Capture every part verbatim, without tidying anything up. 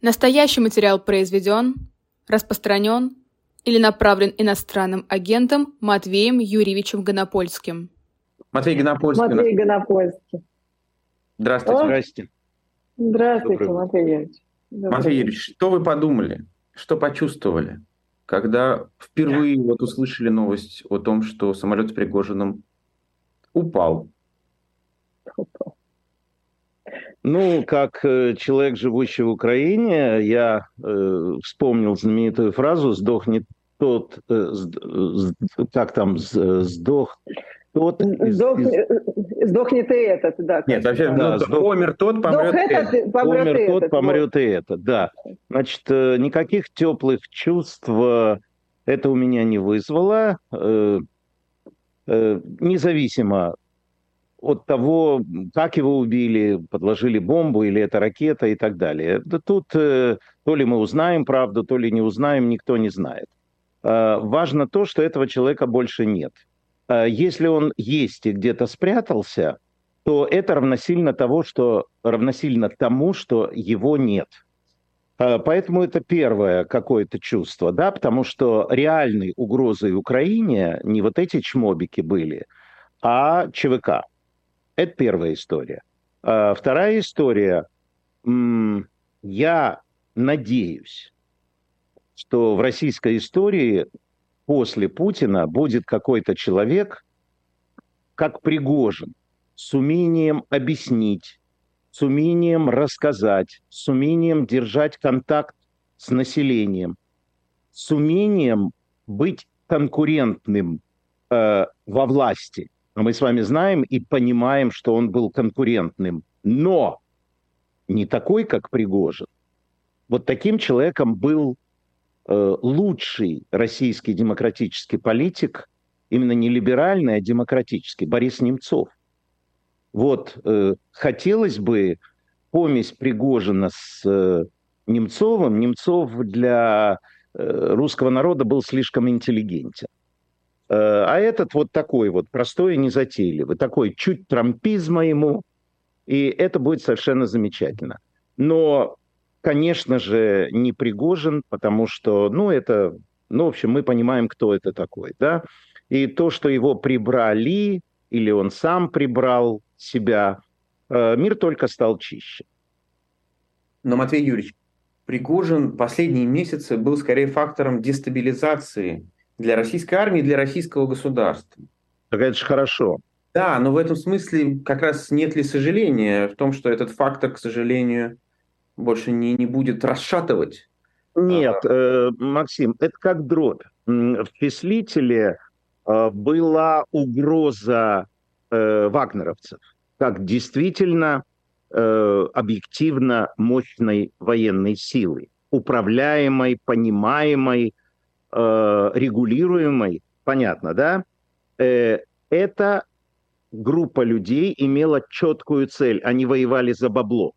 Настоящий материал произведен, распространен или направлен иностранным агентом Матвеем Юрьевичем Гонопольским. Матвей Гонопольский. Матвей Гонопольский. Здравствуйте. О? Здрасте. Здравствуйте, Добрый Матвей Юрьевич. Добрый Матвей день. Юрьевич, что вы подумали, что почувствовали, когда впервые вот услышали новость о том, что самолет с Пригожиным упал? Ну, как э, человек, живущий в Украине, я э, вспомнил знаменитую фразу «сдохнет тот, э, сд- сд- как там, с- сдох тот из, Сдохни- из- Сдохнет и этот, да. Нет, кажется, вообще, да. Да, ну, сдох- помер тот, Сдох помрет этот, этот. помрет помер и тот, этот. помрет и это, да. Значит, э, никаких теплых чувств э, это у меня не вызвало, э, э, независимо от того, как его убили, подложили бомбу или это ракета и так далее. Да тут э, то ли мы узнаем правду, то ли не узнаем, никто не знает. Э, важно то, что этого человека больше нет. Э, если он есть и где-то спрятался, то это равносильно того, что равносильно тому, что его нет. Э, Поэтому это первое какое-то чувство, да, потому что реальной угрозой Украине не вот эти чмобики были, а ЧВК. Это первая история. А вторая история. м, Я надеюсь, что в российской истории после Путина будет какой-то человек, как Пригожин, с умением объяснить, с умением рассказать, с умением держать контакт с населением, с умением быть конкурентным э, во власти. Но мы с вами знаем и понимаем, что он был конкурентным, но не такой, как Пригожин. Вот таким человеком был э, лучший российский демократический политик, именно не либеральный, а демократический, Борис Немцов. Вот э, хотелось бы помесь Пригожина с э, Немцовым. Немцов для э, русского народа был слишком интеллигентен. Э, А этот вот такой вот, простой и незатейливый, такой чуть трампизма ему, и это будет совершенно замечательно. Но, конечно же, не Пригожин, потому что, ну, это, ну, в общем, мы понимаем, кто это такой, да. И то, что его прибрали, или он сам прибрал себя, э, мир только стал чище. Но, Матвей Юрьевич, Пригожин последние месяцы был скорее фактором дестабилизации для российской армии, для российского государства. Так это же хорошо. Да, но в этом смысле как раз нет ли сожаления в том, что этот фактор, к сожалению, больше не, не будет расшатывать? Нет, э, Максим, это как дробь. М, В числителе э, была угроза э, вагнеровцев, как действительно э, объективно мощной военной силы, управляемой, понимаемой, э, регулируемой, понятно, да? Э, эта группа людей имела четкую цель, они воевали за бабло.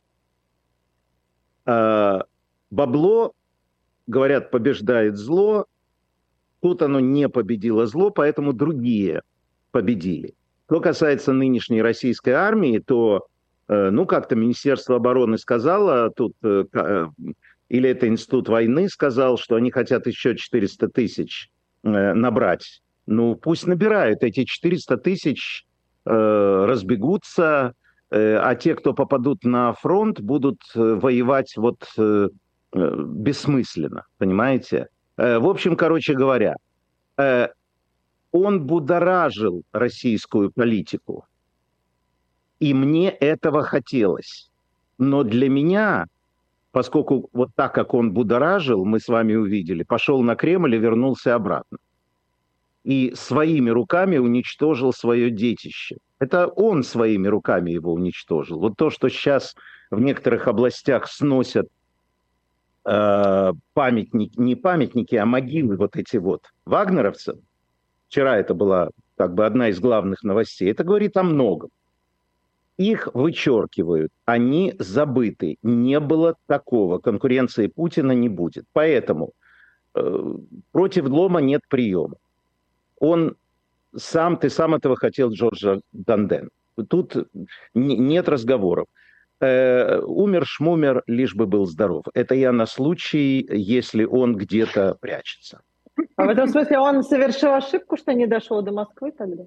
Э, бабло, говорят, побеждает зло. Тут оно не победило зло, поэтому другие победили. Что касается нынешней российской армии, то, э, ну, как-то Министерство обороны сказало, тут, э, э, или это Институт войны сказал, что они хотят еще четыреста тысяч э, набрать. Ну, пусть набирают. Эти четыреста тысяч э, разбегутся, э, а те, кто попадут на фронт, будут э, воевать вот э, э, бессмысленно, понимаете? Э, в общем, короче говоря, э, он будоражил российскую политику, и мне этого хотелось. Но для меня, поскольку вот так, как он будоражил, мы с вами увидели, пошел на Кремль и вернулся обратно. И своими руками уничтожил свое детище. Это он своими руками его уничтожил. Вот то, что сейчас в некоторых областях сносят э, памятники, не памятники, а могилы вот эти вот вагнеровцев, вчера это была как бы одна из главных новостей, это говорит о многом. Их вычеркивают, они забыты. Не было такого. Конкуренции Путина не будет. Поэтому э, против лома нет приема. Он сам, ты сам этого хотел, Джорджа Данден. Тут не, нет разговоров. Э, умер-шмумер, лишь бы был здоров. Это я на случай, если он где-то прячется. А в этом смысле он совершил ошибку, что не дошел до Москвы тогда?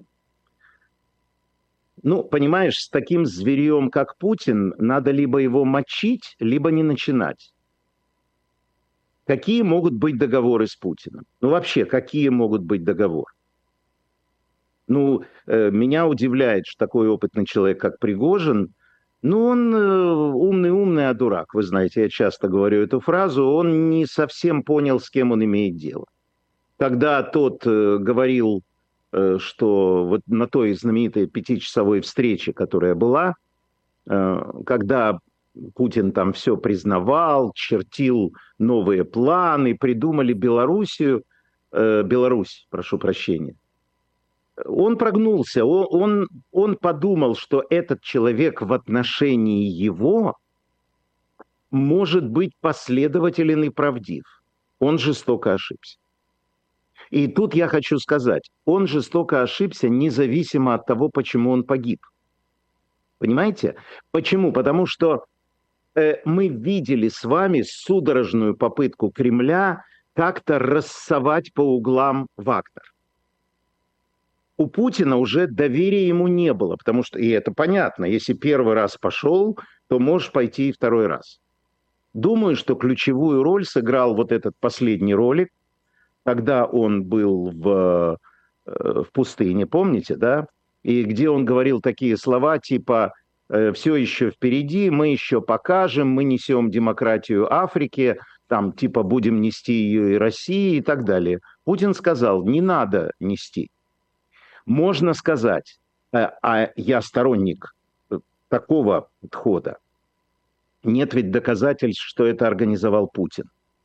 Ну, понимаешь, с таким зверем, как Путин, надо либо его мочить, либо не начинать. Какие могут быть договоры с Путиным? Ну, вообще, какие могут быть договоры? Ну, э, меня удивляет, что такой опытный человек, как Пригожин, ну, он умный-умный, а дурак. Вы знаете, я часто говорю эту фразу. Он не совсем понял, с кем он имеет дело. Когда тот э, говорил, э, что вот на той знаменитой пятичасовой встрече, которая была, э, когда Путин там все признавал, чертил новые планы, придумали Белоруссию, э, Беларусь, прошу прощения, он прогнулся, он, он, он подумал, что этот человек в отношении его может быть последователен и правдив. Он жестоко ошибся. И тут я хочу сказать, он жестоко ошибся независимо от того, почему он погиб. Понимаете? Почему? Потому что э, мы видели с вами судорожную попытку Кремля как-то рассовать по углам Вагнер. У Путина уже доверия ему не было, потому что, и это понятно, если первый раз пошел, то можешь пойти и второй раз. Думаю, что ключевую роль сыграл вот этот последний ролик, когда он был в, в пустыне, помните, да? И где он говорил такие слова типа «все еще впереди, мы еще покажем, мы несем демократию Африке», там типа «будем нести ее и России» и так далее. Путин сказал «не надо нести». Можно сказать, а я сторонник такого подхода, нет ведь доказательств, что это организовал Путин.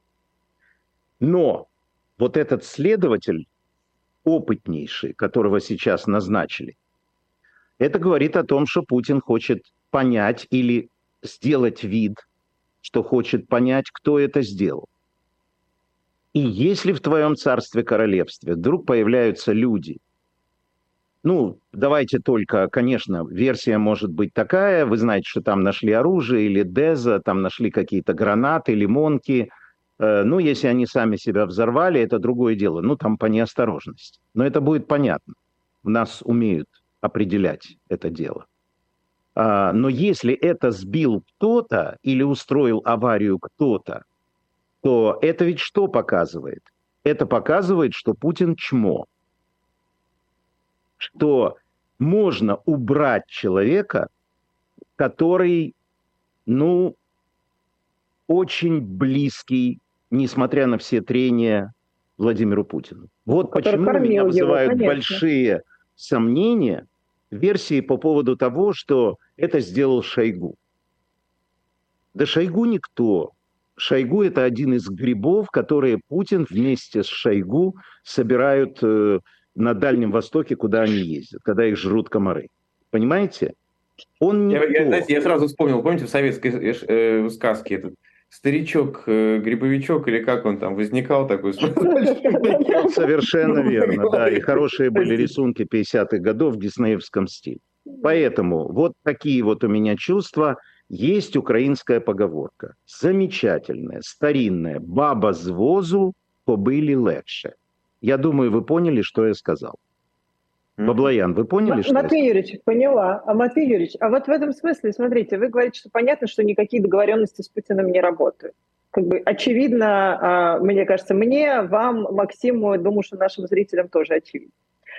Но вот этот следователь, опытнейший, которого сейчас назначили, это говорит о том, что Путин хочет понять или сделать вид, что хочет понять, кто это сделал. И если в твоем царстве-королевстве вдруг появляются люди, ну, давайте только, конечно, версия может быть такая, вы знаете, что там нашли оружие или деза, там нашли какие-то гранаты, лимонки. Э, ну, если они сами себя взорвали, это другое дело. Ну, там по неосторожности. Но это будет понятно. У нас умеют определять это дело. А, но если это сбил кто-то или устроил аварию кто-то, то это ведь что показывает? Это показывает, что Путин чмо. Что можно убрать человека, который, ну, очень близкий, несмотря на все трения, Владимиру Путину. Вот который почему меня вызывают его, большие сомнения версии по поводу того, что это сделал Шойгу. Да Шойгу никто. Шойгу – это один из грибов, которые Путин вместе с Шойгу собирают э, на Дальнем Востоке, куда они ездят, когда их жрут комары. Понимаете? Он никто. Я, я, знаете, я сразу вспомнил, помните, в советской э, сказке этот старичок, э, грибовичок, или как он там, возникал такой. Совершенно верно, да. И хорошие были рисунки пятидесятых годов в диснеевском стиле. Поэтому вот такие вот у меня чувства. Есть украинская поговорка. Замечательная, старинная. Баба з возу побили легше. Я думаю, вы поняли, что я сказал. Баблоян, вы поняли, М- что Матвей я Юрьевич, поняла. А Матвей Юрьевич, а вот в этом смысле, смотрите, вы говорите, что понятно, что никакие договоренности с Путиным не работают. Как бы очевидно, мне кажется, мне, вам, Максиму, думаю, что нашим зрителям тоже очевидно.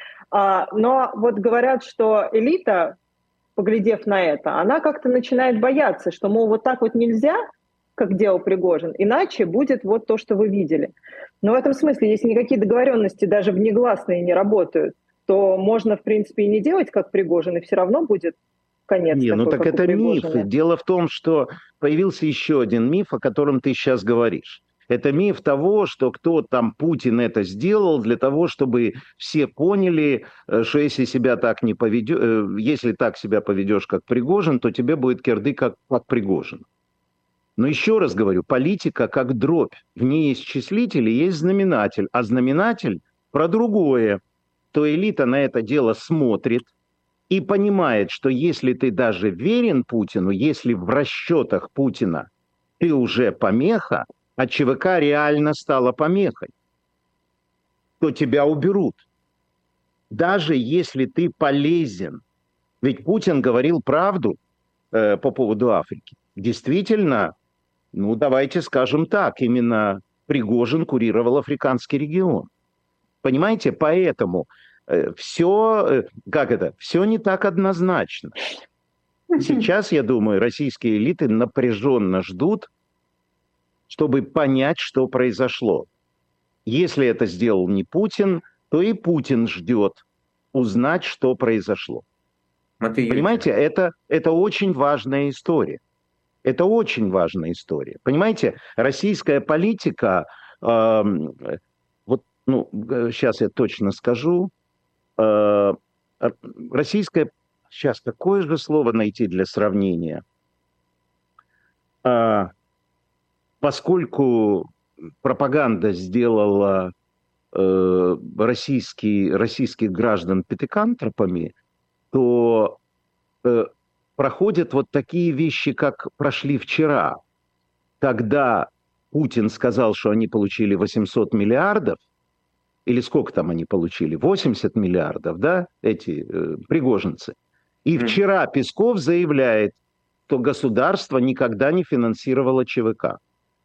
Но вот говорят, что элита, поглядев на это, она как-то начинает бояться, что, мол, вот так вот нельзя, как делал Пригожин, иначе будет вот то, что вы видели. Но в этом смысле, если никакие договоренности даже внегласные не работают, то можно, в принципе, и не делать, как Пригожин, и все равно будет конец. Не, такой, ну так как у это миф. Пригожина. Дело в том, что появился еще один миф, о котором ты сейчас говоришь. Это миф того, что кто там, Путин, это сделал для того, чтобы все поняли, что если себя так не поведешь, если так себя поведешь, как Пригожин, то тебе будет кирды, как, как Пригожин. Но еще раз говорю, политика как дробь. В ней есть числитель и есть знаменатель. А знаменатель про другое. То элита на это дело смотрит, и понимает, что если ты даже верен Путину, если в расчетах Путина ты уже помеха, а ЧВК реально стала помехой, то тебя уберут. Даже если ты полезен. Ведь Путин говорил правду э, по поводу Африки. Действительно, ну давайте скажем так, именно Пригожин курировал африканский регион. Понимаете, поэтому э, все, э, как это, все не так однозначно. Сейчас, я думаю, российские элиты напряженно ждут, чтобы понять, что произошло. Если это сделал не Путин, то и Путин ждет узнать, что произошло. Матвей Понимаете, это, это очень важная история. Это очень важная история. Понимаете, российская политика, э, вот, ну, сейчас я точно скажу, э, российская, сейчас какое же слово найти для сравнения? Э, поскольку пропаганда сделала э, российский, российских граждан пятикантропами, то э, проходят вот такие вещи, как прошли вчера, когда Путин сказал, что они получили восемьсот миллиардов, или сколько там они получили, восемьдесят миллиардов, да, эти э, пригожинцы. И вчера Песков заявляет, что государство никогда не финансировало ЧВК.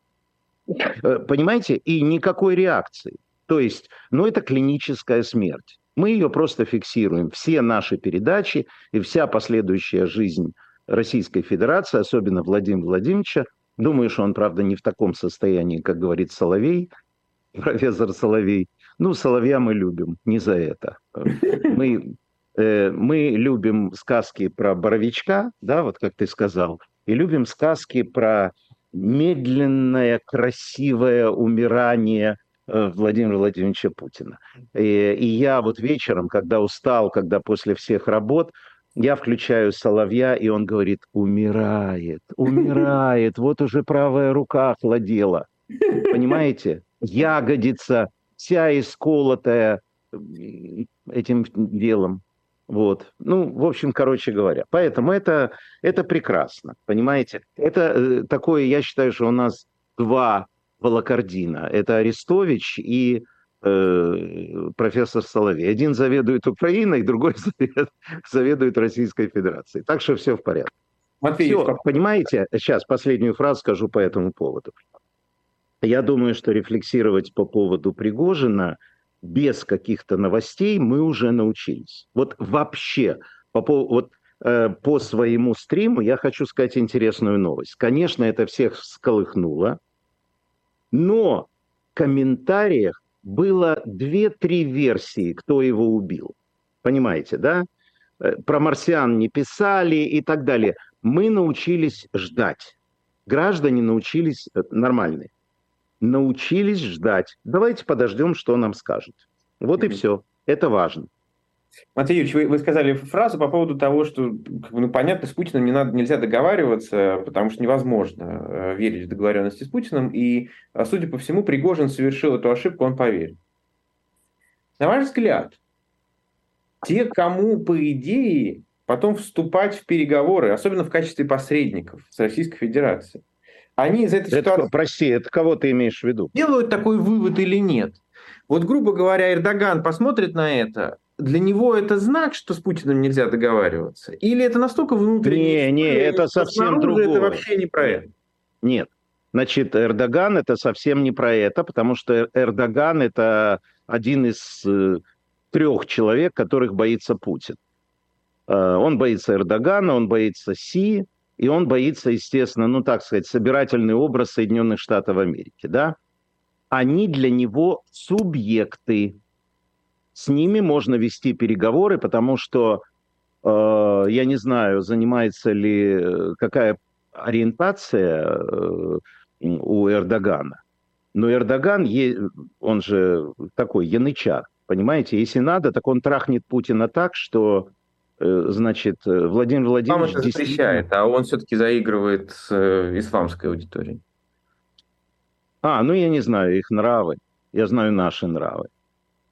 Э, понимаете? И никакой реакции. То есть, ну, это клиническая смерть. Мы ее просто фиксируем. Все наши передачи и вся последующая жизнь Российской Федерации, особенно Владимира Владимировича, думаю, что он, правда, не в таком состоянии, как говорит Соловей, профессор Соловей. Ну, Соловья мы любим, не за это. Мы, э, мы любим сказки про Боровичка, да, вот как ты сказал, и любим сказки про медленное, красивое умирание Владимира Владимировича Путина. И, и я вот вечером, когда устал, когда после всех работ, я включаю Соловья, и он говорит: умирает, умирает, вот уже правая рука охладела. Понимаете? Ягодица вся исколотая этим делом. Вот. Ну, в общем, короче говоря. Поэтому это, это прекрасно, понимаете? Это такое, я считаю, что у нас два волокордина. Это Арестович и э, профессор Соловей. Один заведует Украиной, другой заведует, заведует Российской Федерацией. Так что все в порядке. Матвей, все, как... понимаете? Сейчас последнюю фразу скажу по этому поводу. Я думаю, что рефлексировать по поводу Пригожина без каких-то новостей мы уже научились. Вот вообще, по, вот, э, по своему стриму я хочу сказать интересную новость. Конечно, это всех всколыхнуло, но в комментариях было две-три версии, кто его убил. Понимаете, да? Про марсиан не писали и так далее. Мы научились ждать. Граждане научились, нормальные, научились ждать. Давайте подождем, что нам скажут. Вот и все. Это важно. Матвей Юрьевич, вы, вы сказали фразу по поводу того, что, как бы, ну, понятно, с Путиным не надо, нельзя договариваться, потому что невозможно э, верить в договоренности с Путиным, и, судя по всему, Пригожин совершил эту ошибку, он поверил. На ваш взгляд, те, кому, по идее, потом вступать в переговоры, особенно в качестве посредников с Российской Федерацией, они из этой это, ситуации... Прости, это кого ты имеешь в виду? Делают такой вывод или нет? Вот, грубо говоря, Эрдоган посмотрит на это, для него это знак, что с Путиным нельзя договариваться? Или это настолько внутреннее? Не, не, это совсем другое. Это вообще не про это. Нет. Значит, Эрдоган это совсем не про это, потому что Эрдоган это один из э, трех человек, которых боится Путин. Э, он боится Эрдогана, он боится Си, и он боится, естественно, ну так сказать, собирательный образ Соединенных Штатов Америки, да? Они для него субъекты. С ними можно вести переговоры, потому что, э, я не знаю, занимается ли, какая ориентация э, у Эрдогана. Но Эрдоган, он же такой янычар, понимаете? Если надо, так он трахнет Путина так, что, э, значит, Владимир Владимирович... Вам это запрещает, а он все-таки заигрывает с э, исламской аудиторией. А, ну я не знаю их нравы. Я знаю наши нравы.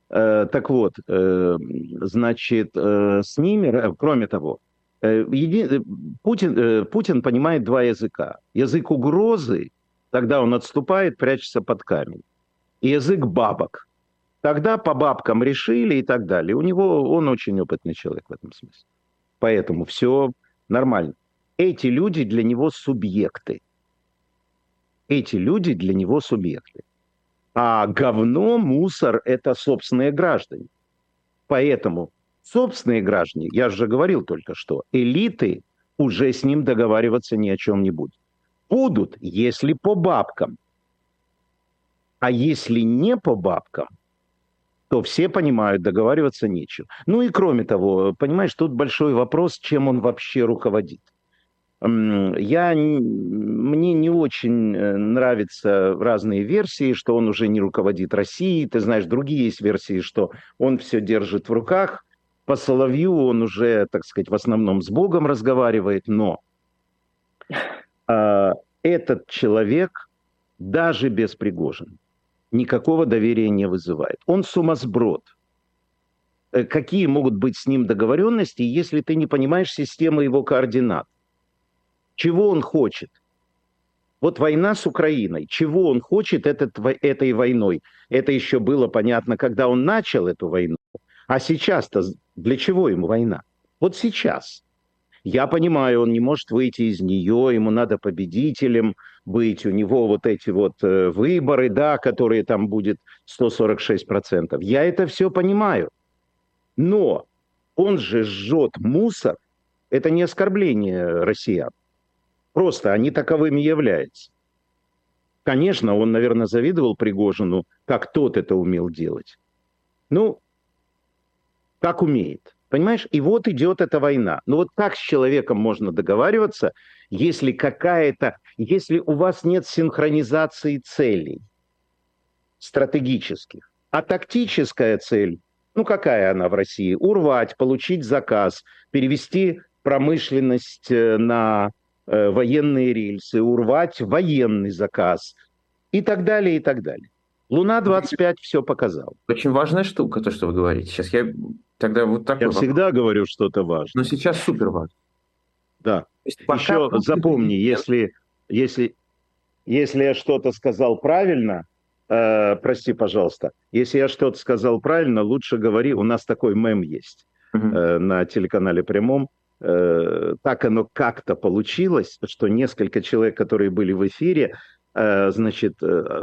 Э, так вот, э, значит, э, с ними, э, кроме того, э, еди- Путин, э, Путин понимает два языка. Язык угрозы, тогда он отступает, прячется под камень. И язык бабок. Тогда по бабкам решили и так далее. У него, он очень опытный человек в этом смысле. Поэтому все нормально. Эти люди для него субъекты. Эти люди для него субъекты. А говно, мусор – это собственные граждане. Поэтому собственные граждане, я же говорил только что, элиты уже с ним договариваться ни о чем не будут. Будут, если по бабкам. А если не по бабкам, то все понимают, договариваться нечего. Ну и кроме того, понимаешь, тут большой вопрос, чем он вообще руководит. Я, мне не очень нравятся разные версии, что он уже не руководит Россией. Ты знаешь, другие есть версии, что он все держит в руках. По Соловью он уже, так сказать, в основном с Богом разговаривает. Но э, этот человек даже без Пригожина никакого доверия не вызывает. Он сумасброд. Какие могут быть с ним договоренности, если ты не понимаешь системы его координат? Чего он хочет? Вот война с Украиной. Чего он хочет этот, этой войной? Это еще было понятно, когда он начал эту войну. А сейчас-то для чего ему война? Вот сейчас. Я понимаю, он не может выйти из нее, ему надо победителем быть, у него вот эти вот выборы, да, которые там будет сто сорок шесть процентов. Я это все понимаю. Но он же жжет мусор. Это не оскорбление россиян. Просто они таковыми являются. Конечно, он, наверное, завидовал Пригожину, как тот это умел делать. Ну, как умеет. Понимаешь? И вот идет эта война. Но вот как с человеком можно договариваться, если какая-то, если у вас нет синхронизации целей стратегических, а тактическая цель, ну какая она в России? Урвать, получить заказ, перевести промышленность на военные рельсы, урвать военный заказ и так далее, и так далее. Луна-двадцать пять все показал. Очень важная штука, то, что вы говорите. Сейчас я тогда вот такой Я вопрос. всегда говорю что-то важное. Но сейчас супер важно. Да. Еще Путин... запомни, если, если, если я что-то сказал правильно, э, прости, пожалуйста, если я что-то сказал правильно, лучше говори, у нас такой мем есть угу. э, на телеканале Прямом. Так оно как-то получилось, что несколько человек, которые были в эфире, значит,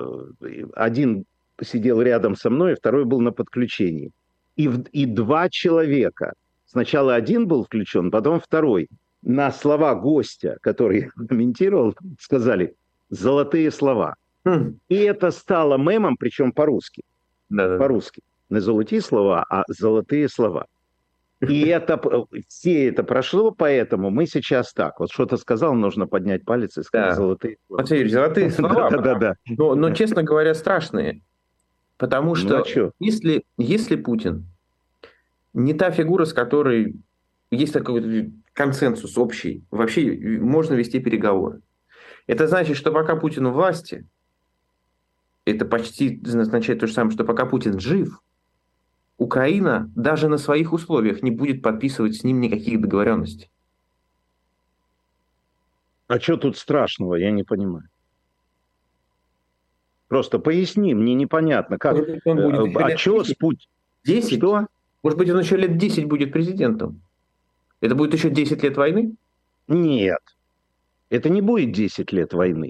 один сидел рядом со мной, второй был на подключении. И, и два человека, сначала один был включен, потом второй, на слова гостя, который комментировал, сказали «золотые слова». Хм. И это стало мемом, причем по-русски. Да-да. По-русски. Не золотые слова, а золотые слова. И это, все это прошло, поэтому мы сейчас так. Вот что-то сказал, нужно поднять палец и сказать да. золотые слова. Матвей, золотые слова, да, да, да. Но, но, честно говоря, страшные. Потому что ну, если, если Путин не та фигура, с которой есть такой консенсус общий, вообще можно вести переговоры. Это значит, что пока Путин у власти, это почти означает то же самое, что пока Путин жив, Украина даже на своих условиях не будет подписывать с ним никаких договоренностей. А что тут страшного, я не понимаю. Просто поясни, мне непонятно, как... А что с Путиным? десять? Что? Может быть, он еще лет десять будет президентом? Это будет еще десять лет войны? Нет, это не будет десять лет войны.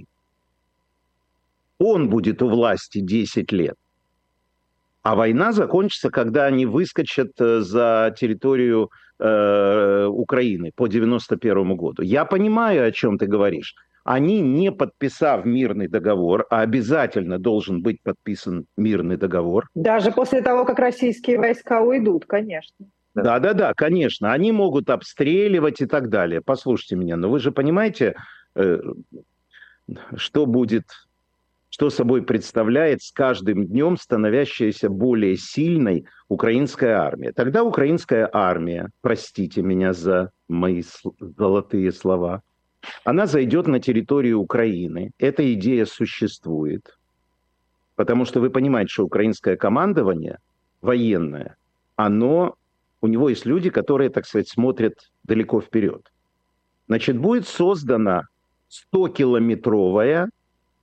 Он будет у власти десять лет. А война закончится, когда они выскочат за территорию э, Украины по девяносто первому году. Я понимаю, о чем ты говоришь. Они, не подписав мирный договор, а обязательно должен быть подписан мирный договор. Даже после того, как российские войска уйдут, конечно. Да-да-да, конечно. Они могут обстреливать и так далее. Послушайте меня, но вы же понимаете, э, что будет... что собой представляет с каждым днем становящаяся более сильной украинская армия. Тогда украинская армия, простите меня за мои золотые слова, она зайдет на территорию Украины. Эта идея существует. Потому что вы понимаете, что украинское командование военное, оно, у него есть люди, которые, так сказать, смотрят далеко вперед. Значит, будет создана стокилометровая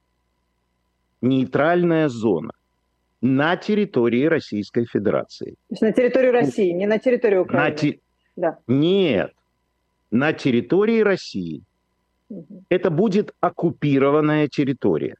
нейтральная зона на территории Российской Федерации. То есть на территорию России, не на территорию Украины. На те... да. Нет, на территории России. Угу. Это будет оккупированная территория.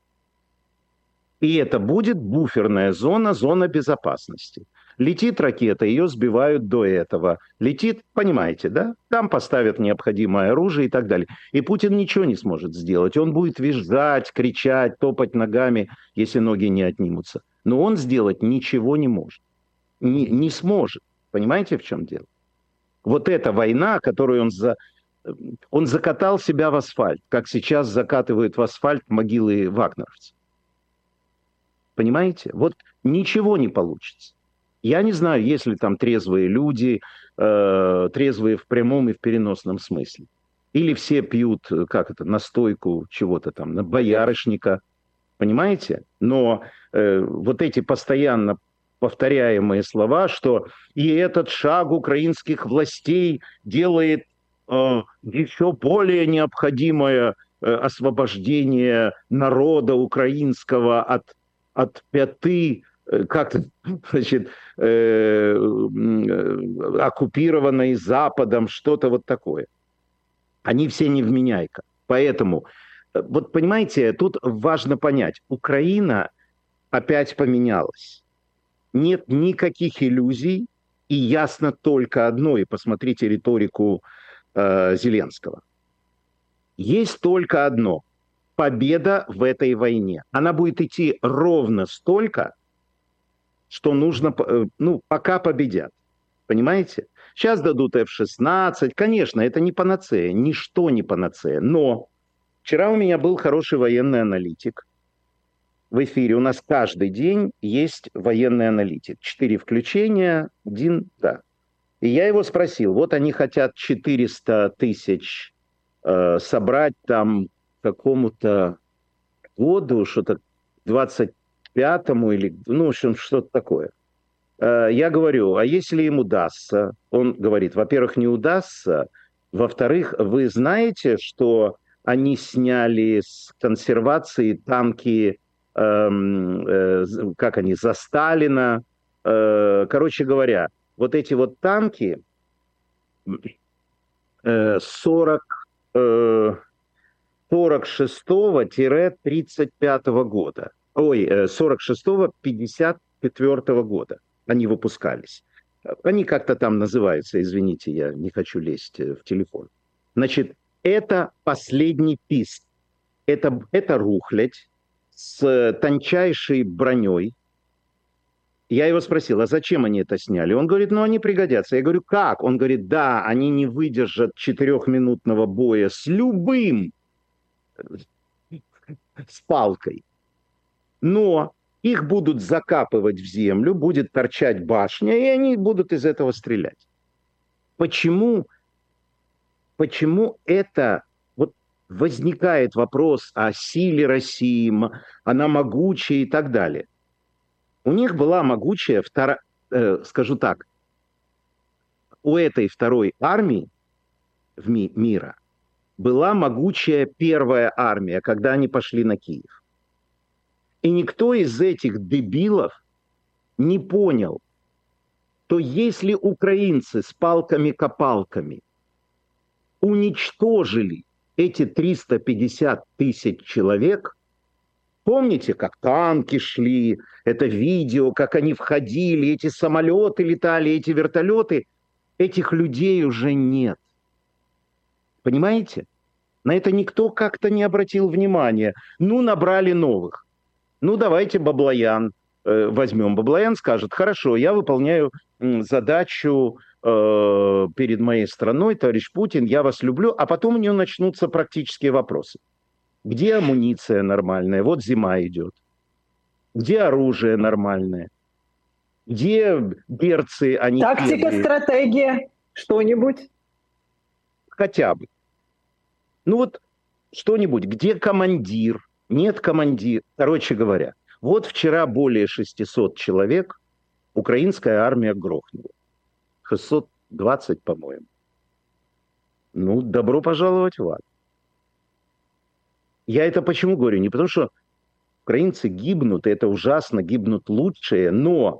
И это будет буферная зона, зона безопасности. Летит ракета, ее сбивают до этого. Летит, понимаете, да? Там поставят необходимое оружие и так далее. И Путин ничего не сможет сделать. Он будет визжать, кричать, топать ногами, если ноги не отнимутся. Но он сделать ничего не может. Не, не сможет. Понимаете, в чем дело? Вот эта война, которую он за... Он закатал себя в асфальт, как сейчас закатывают в асфальт могилы вагнеровцев. Понимаете? Вот ничего не получится. Я не знаю, есть ли там трезвые люди, э, трезвые в прямом и в переносном смысле. Или все пьют, как это, настойку чего-то там, на боярышника. Понимаете? Но э, вот эти постоянно повторяемые слова, что и этот шаг украинских властей делает э, еще более необходимое э, освобождение народа украинского от от пяты, как значит, э, э, оккупированной Западом, что-то вот такое. Они все невменяйка. Поэтому, вот понимаете, тут важно понять, Украина опять поменялась. Нет никаких иллюзий, и ясно только одно, и посмотрите риторику э, Зеленского. Есть только одно. Победа в этой войне. Она будет идти ровно столько, что нужно, ну, пока победят. Понимаете? Сейчас дадут эф шестнадцать. Конечно, это не панацея, ничто не панацея. Но вчера у меня был хороший военный аналитик. В эфире у нас каждый день есть военный аналитик. Четыре включения, один, да. И я его спросил, вот они хотят четыреста тысяч э, собрать там какому-то году, что-то двадцать пятому или, ну, в общем, что-то такое. Я говорю, а если им удастся? Он говорит, во-первых, не удастся, во-вторых, вы знаете, что они сняли с консервации танки, эм, э, как они, за Сталина. Э, короче говоря, вот эти вот танки э, сорок... Э, сорок шестого — тридцать пятого года. Ой, сорок шестого — пятьдесят четвёртого года они выпускались. Они как-то там называются, извините, я не хочу лезть в телефон. Значит, это последний писк. Это, это рухлядь с тончайшей броней. Я его спросил, а зачем они это сняли? Он говорит, ну они пригодятся. Я говорю, как? Он говорит, да, они не выдержат четырехминутного боя с любым, с палкой. Но их будут закапывать в землю, будет торчать башня, и они будут из этого стрелять. Почему, почему это... Вот возникает вопрос о силе России, она могучая и так далее. У них была могучая вторая, э, скажу так, у этой второй армии в ми- мира была могучая первая армия, когда они пошли на Киев. И никто из этих дебилов не понял, что если украинцы с палками-копалками уничтожили эти триста пятьдесят тысяч человек, помните, как танки шли, это видео, как они входили, эти самолеты летали, эти вертолеты, этих людей уже нет. Понимаете? На это никто как-то не обратил внимания. Ну, набрали новых. Ну, давайте Баблоян э, возьмем. Баблоян скажет, хорошо, я выполняю м, задачу э, перед моей страной, товарищ Путин, я вас люблю, а потом у него начнутся практические вопросы. Где амуниция нормальная? Вот зима идет. Где оружие нормальное? Где берцы, а не Тактика, кеды? стратегия, что-нибудь? Хотя бы. Ну вот что-нибудь. Где командир? Нет командира. Короче говоря, вот вчера более шестисот человек украинская армия грохнула. шестьсот двадцать, по-моему. Ну, добро пожаловать в ад. Я это почему говорю? Не потому что украинцы гибнут, и это ужасно, гибнут лучшие, но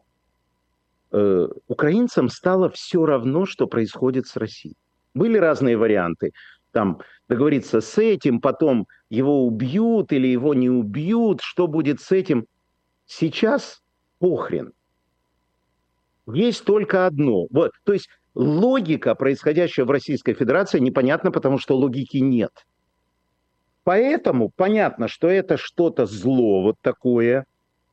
э, украинцам стало все равно, что происходит с Россией. Были разные варианты. Там договориться с этим, потом его убьют или его не убьют, что будет с этим. Сейчас похрен. Есть только одно. Вот, то есть логика, происходящая в Российской Федерации, непонятна, потому что логики нет. Поэтому понятно, что это что-то зло вот такое,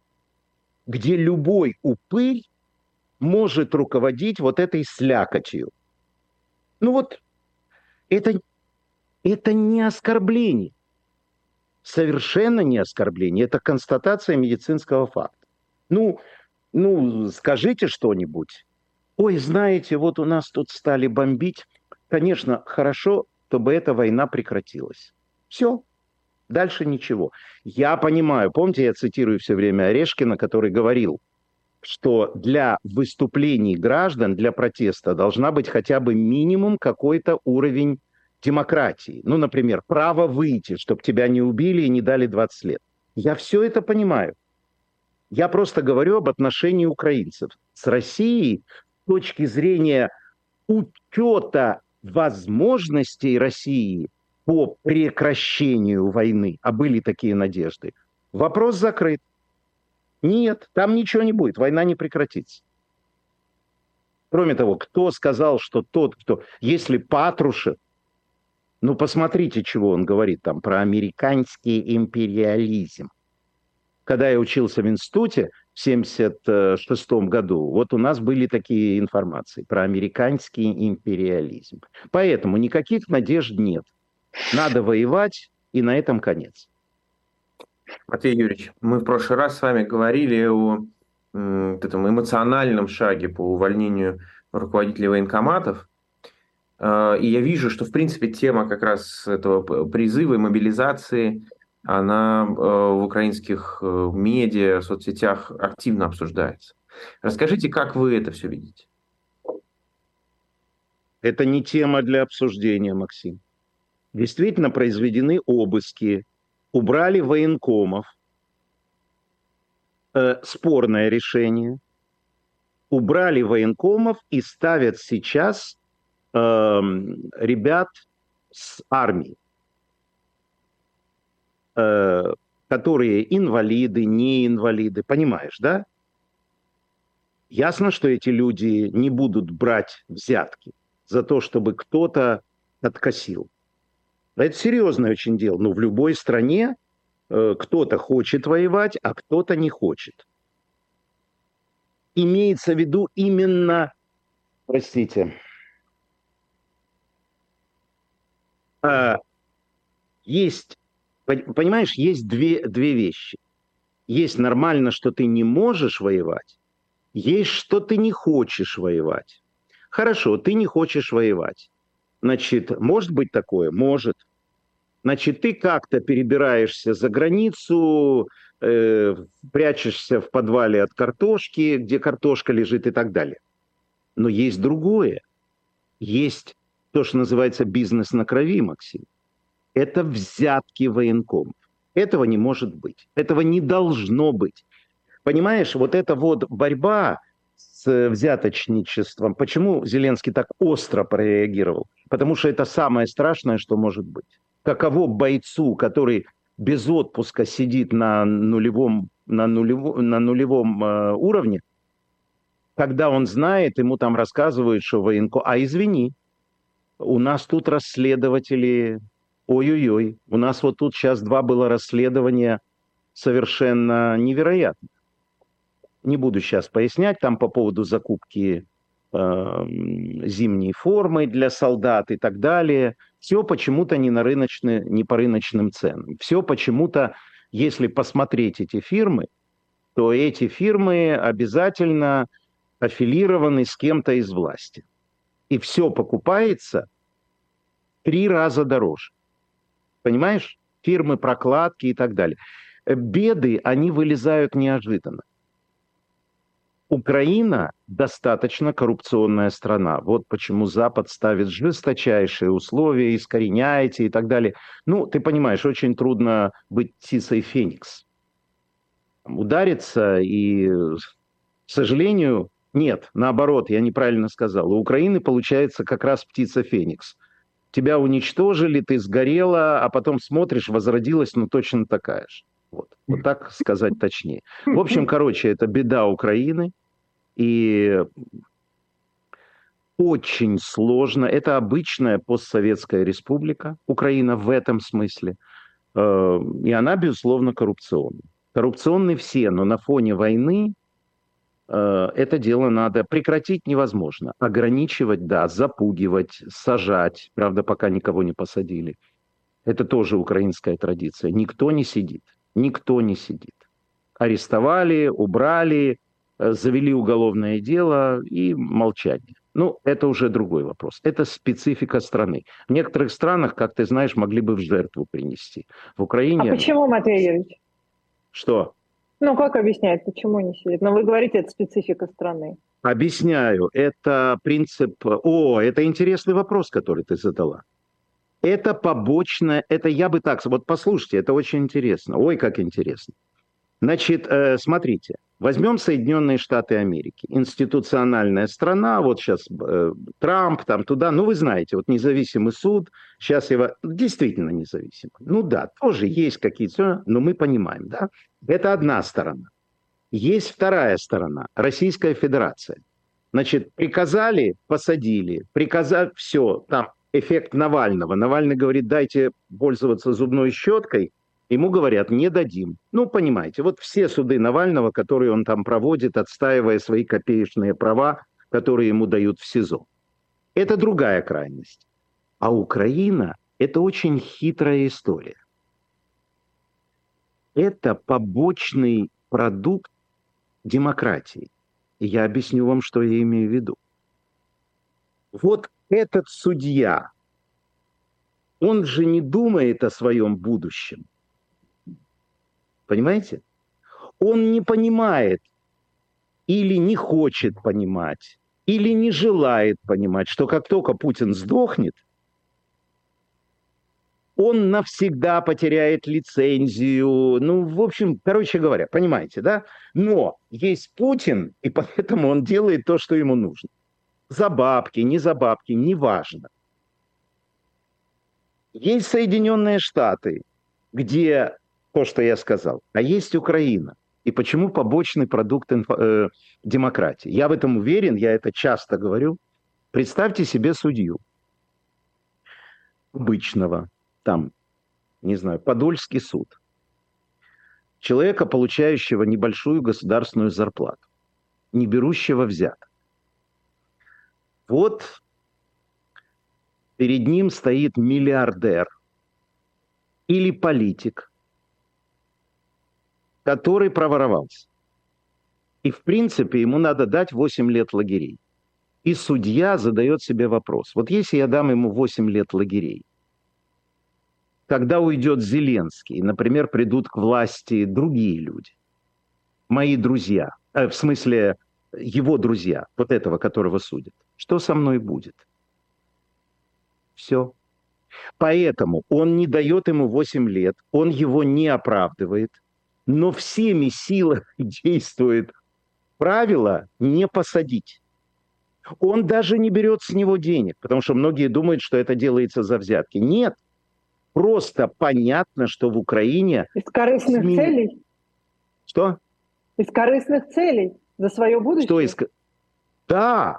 где любой упырь может руководить вот этой слякотью. Ну вот, это, это не оскорбление. Совершенно не оскорбление. Это констатация медицинского факта. Ну, ну скажите что-нибудь. Ой, знаете, вот у нас тут стали бомбить. Конечно, хорошо, чтобы эта война прекратилась. Все. Дальше ничего. Я понимаю, помните, я цитирую все время Орешкина, который говорил, что для выступлений граждан, для протеста должна быть хотя бы минимум какой-то уровень демократии. Ну, например, право выйти, чтобы тебя не убили и не дали двадцать лет. Я все это понимаю. Я просто говорю об отношении украинцев с Россией с точки зрения учета возможностей России по прекращению войны, а были такие надежды. Вопрос закрыт. Нет, там ничего не будет, война не прекратится. Кроме того, кто сказал, что тот, кто... Если Патрушев, ну посмотрите, чего он говорит там про американский империализм. Когда я учился в институте в семьдесят шестом году, вот у нас были такие информации про американский империализм. Поэтому никаких надежд нет. Надо воевать, и на этом конец. Матвей Юрьевич, мы в прошлый раз с вами говорили о м, этом эмоциональном шаге по увольнению руководителей военкоматов. Э, и я вижу, что, в принципе, тема как раз этого призыва и мобилизации, она э, в украинских э, медиа, соцсетях активно обсуждается. Расскажите, как вы это все видите? Это не тема для обсуждения, Максим. Действительно произведены обыски, убрали военкомов, э, спорное решение, убрали военкомов и ставят сейчас э, ребят с армии, э, которые инвалиды, не инвалиды, понимаешь, да? Ясно, что эти люди не будут брать взятки за то, чтобы кто-то откосил. Это серьезное очень дело. Но в любой стране э, кто-то хочет воевать, а кто-то не хочет. Имеется в виду именно, простите, э, есть, понимаешь, есть две, две вещи. Есть нормально, что ты не можешь воевать, есть, что ты не хочешь воевать. Хорошо, ты не хочешь воевать. Значит, может быть такое? Может. Значит, ты как-то перебираешься за границу, э, прячешься в подвале от картошки, где картошка лежит и так далее. Но есть другое. Есть то, что называется бизнес на крови, Максим. Это взятки военкомов. Этого не может быть. Этого не должно быть. Понимаешь, вот эта вот борьба с взяточничеством, почему Зеленский так остро прореагировал? Потому что это самое страшное, что может быть. Каково бойцу, который без отпуска сидит на нулевом, на нулевом, на нулевом э, уровне, когда он знает, ему там рассказывают, что военко... А извини, у нас тут расследователи... Ой-ой-ой, у нас вот тут сейчас два было расследования совершенно невероятных. Не буду сейчас пояснять, там по поводу закупки э, зимней формы для солдат и так далее. Все почему-то не, на рыночные, не по рыночным ценам. Все почему-то, если посмотреть эти фирмы, то эти фирмы обязательно аффилированы с кем-то из власти. И все покупается в три раза дороже. Понимаешь? Фирмы, прокладки и так далее. Беды, они вылезают неожиданно. Украина достаточно коррупционная страна. Вот почему Запад ставит жесточайшие условия, искореняйте и так далее. Ну, ты понимаешь, очень трудно быть птицей Феникс. Удариться и, к сожалению, нет, наоборот, я неправильно сказал. У Украины получается как раз птица Феникс. Тебя уничтожили, ты сгорела, а потом смотришь, возродилась, ну точно такая же. Вот, вот так сказать точнее. В общем, короче, это беда Украины. И очень сложно. Это обычная постсоветская республика, Украина в этом смысле. И она, безусловно, коррупционна. Коррупционны все, но на фоне войны это дело надо прекратить невозможно. Ограничивать, да, запугивать, сажать. Правда, пока никого не посадили. Это тоже украинская традиция. Никто не сидит. Никто не сидит. Арестовали, убрали, завели уголовное дело и молчание. Ну, это уже другой вопрос. Это специфика страны. В некоторых странах, как ты знаешь, могли бы в жертву принести. В Украине... А почему, Матвей Юрьевич? Что? Ну, как объяснять, почему не сидит? Но вы говорите, это специфика страны. Объясняю. Это принцип... О, это интересный вопрос, который ты задала. Это побочное... Это я бы так... Вот послушайте, это очень интересно. Ой, как интересно. Значит, э, смотрите. Возьмем Соединенные Штаты Америки. Институциональная страна, вот сейчас э, Трамп, там туда, ну вы знаете, вот независимый суд, сейчас его, действительно независимый. Ну да, тоже есть какие-то, но мы понимаем, да. Это одна сторона. Есть вторая сторона, Российская Федерация. Значит, приказали, посадили, приказали, все, там эффект Навального. Навальный говорит, дайте пользоваться зубной щеткой. Ему говорят, не дадим. Ну, понимаете, вот все суды Навального, которые он там проводит, отстаивая свои копеечные права, которые ему дают в СИЗО. Это другая крайность. А Украина – это очень хитрая история. Это побочный продукт демократии. И я объясню вам, что я имею в виду. Вот этот судья, он же не думает о своем будущем. Понимаете? Он не понимает или не хочет понимать, или не желает понимать, что как только Путин сдохнет, он навсегда потеряет лицензию. Ну, в общем, короче говоря, понимаете, да? Но есть Путин, и поэтому он делает то, что ему нужно. За бабки, не за бабки, неважно. Есть Соединенные Штаты, где... То, что я сказал. А есть Украина. И почему побочный продукт инфо- э, демократии? Я в этом уверен, я это часто говорю. Представьте себе судью. Обычного. Там, не знаю, Подольский суд. Человека, получающего небольшую государственную зарплату. Не берущего взяток. Вот перед ним стоит миллиардер или политик, который проворовался. И, в принципе, ему надо дать восемь лет лагерей. И судья задает себе вопрос. Вот если я дам ему восемь лет лагерей, когда уйдет Зеленский, например, придут к власти другие люди, мои друзья, э, в смысле его друзья, вот этого, которого судят, что со мной будет? Все. Поэтому он не дает ему восемь лет, он его не оправдывает, но всеми силами действует правило не посадить. Он даже не берет с него денег, потому что многие думают, что это делается за взятки. Нет, просто понятно, что в Украине... Из корыстных смен... целей? Что? Из корыстных целей за свое будущее? Что из... Да.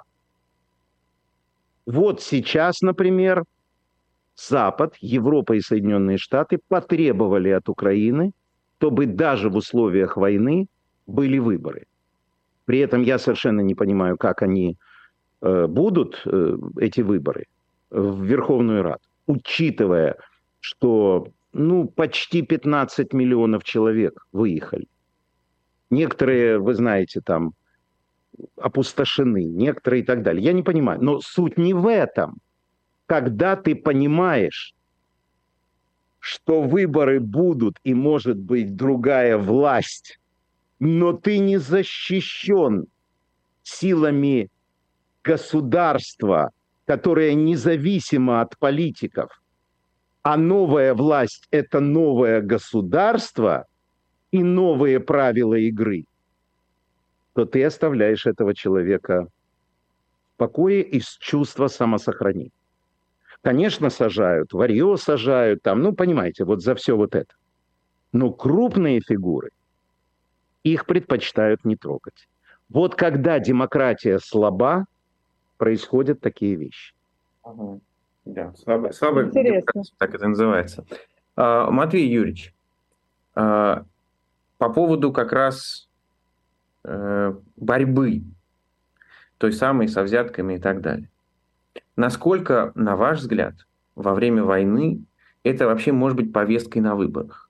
Вот сейчас, например, Запад, Европа и Соединенные Штаты потребовали от Украины, чтобы даже в условиях войны были выборы. При этом я совершенно не понимаю, как они э, будут, э, эти выборы, в Верховную Раду, учитывая, что ну, почти пятнадцать миллионов человек выехали. Некоторые, вы знаете, там опустошены, некоторые и так далее. Я не понимаю. Но суть не в этом. Когда ты понимаешь, что выборы будут и может быть другая власть, но ты не защищен силами государства, которое независимо от политиков, а новая власть – это новое государство и новые правила игры, то ты оставляешь этого человека в покое из чувства самосохранения. Конечно, сажают, варьё сажают, там, ну, понимаете, вот за все вот это. Но крупные фигуры, их предпочитают не трогать. Вот когда демократия слаба, происходят такие вещи. Ага. Да, слабая, слабая Интересно. демократия, так это называется. А, Матвей Юрьевич, а, по поводу как раз э, борьбы, той самой со взятками и так далее. Насколько, на ваш взгляд, во время войны это вообще может быть повесткой на выборах?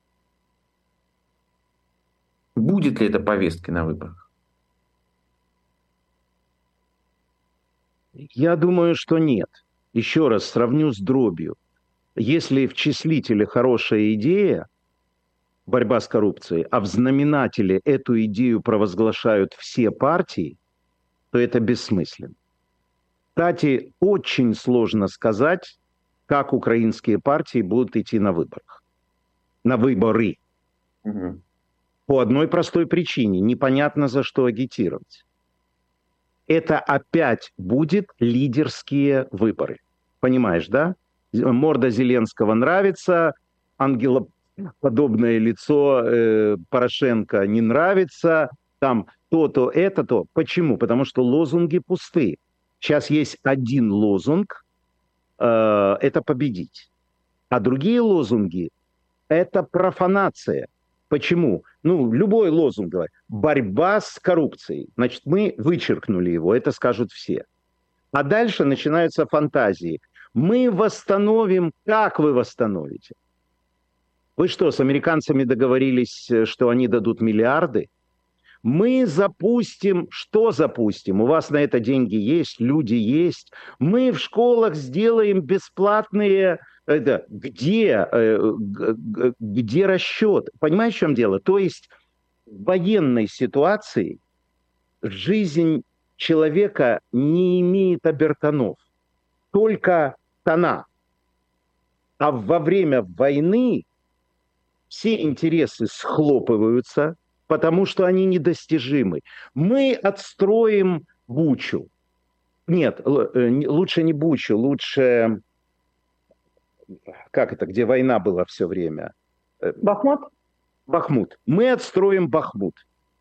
Будет ли это повесткой на выборах? Я думаю, что нет. Еще раз сравню с дробью. Если в числителе хорошая идея, борьба с коррупцией, а в знаменателе эту идею провозглашают все партии, то это бессмысленно. Кстати, очень сложно сказать, как украинские партии будут идти на выборах. На выборы. Угу. По одной простой причине. Непонятно, за что агитировать. Это опять будет лидерские выборы. Понимаешь, да? Морда Зеленского нравится, ангелоподобное лицо э, Порошенко не нравится, там то-то, это-то. Почему? Потому что лозунги пусты. Сейчас есть один лозунг э, – это победить. А другие лозунги – это профанация. Почему? Ну, любой лозунг говорит. Борьба с коррупцией. Значит, мы вычеркнули его, это скажут все. А дальше начинаются фантазии. Мы восстановим. Как вы восстановите? Вы что, с американцами договорились, что они дадут миллиарды? Мы запустим. Что запустим? У вас на это деньги есть, люди есть. Мы в школах сделаем бесплатные... Это, где, где расчет? Понимаешь, в чем дело? То есть в военной ситуации жизнь человека не имеет обертонов, только тона. А во время войны все интересы схлопываются, потому что они недостижимы. Мы отстроим Бучу. Нет, лучше не Бучу, лучше... Как это, где война была все время? Бахмут? Бахмут. Мы отстроим Бахмут.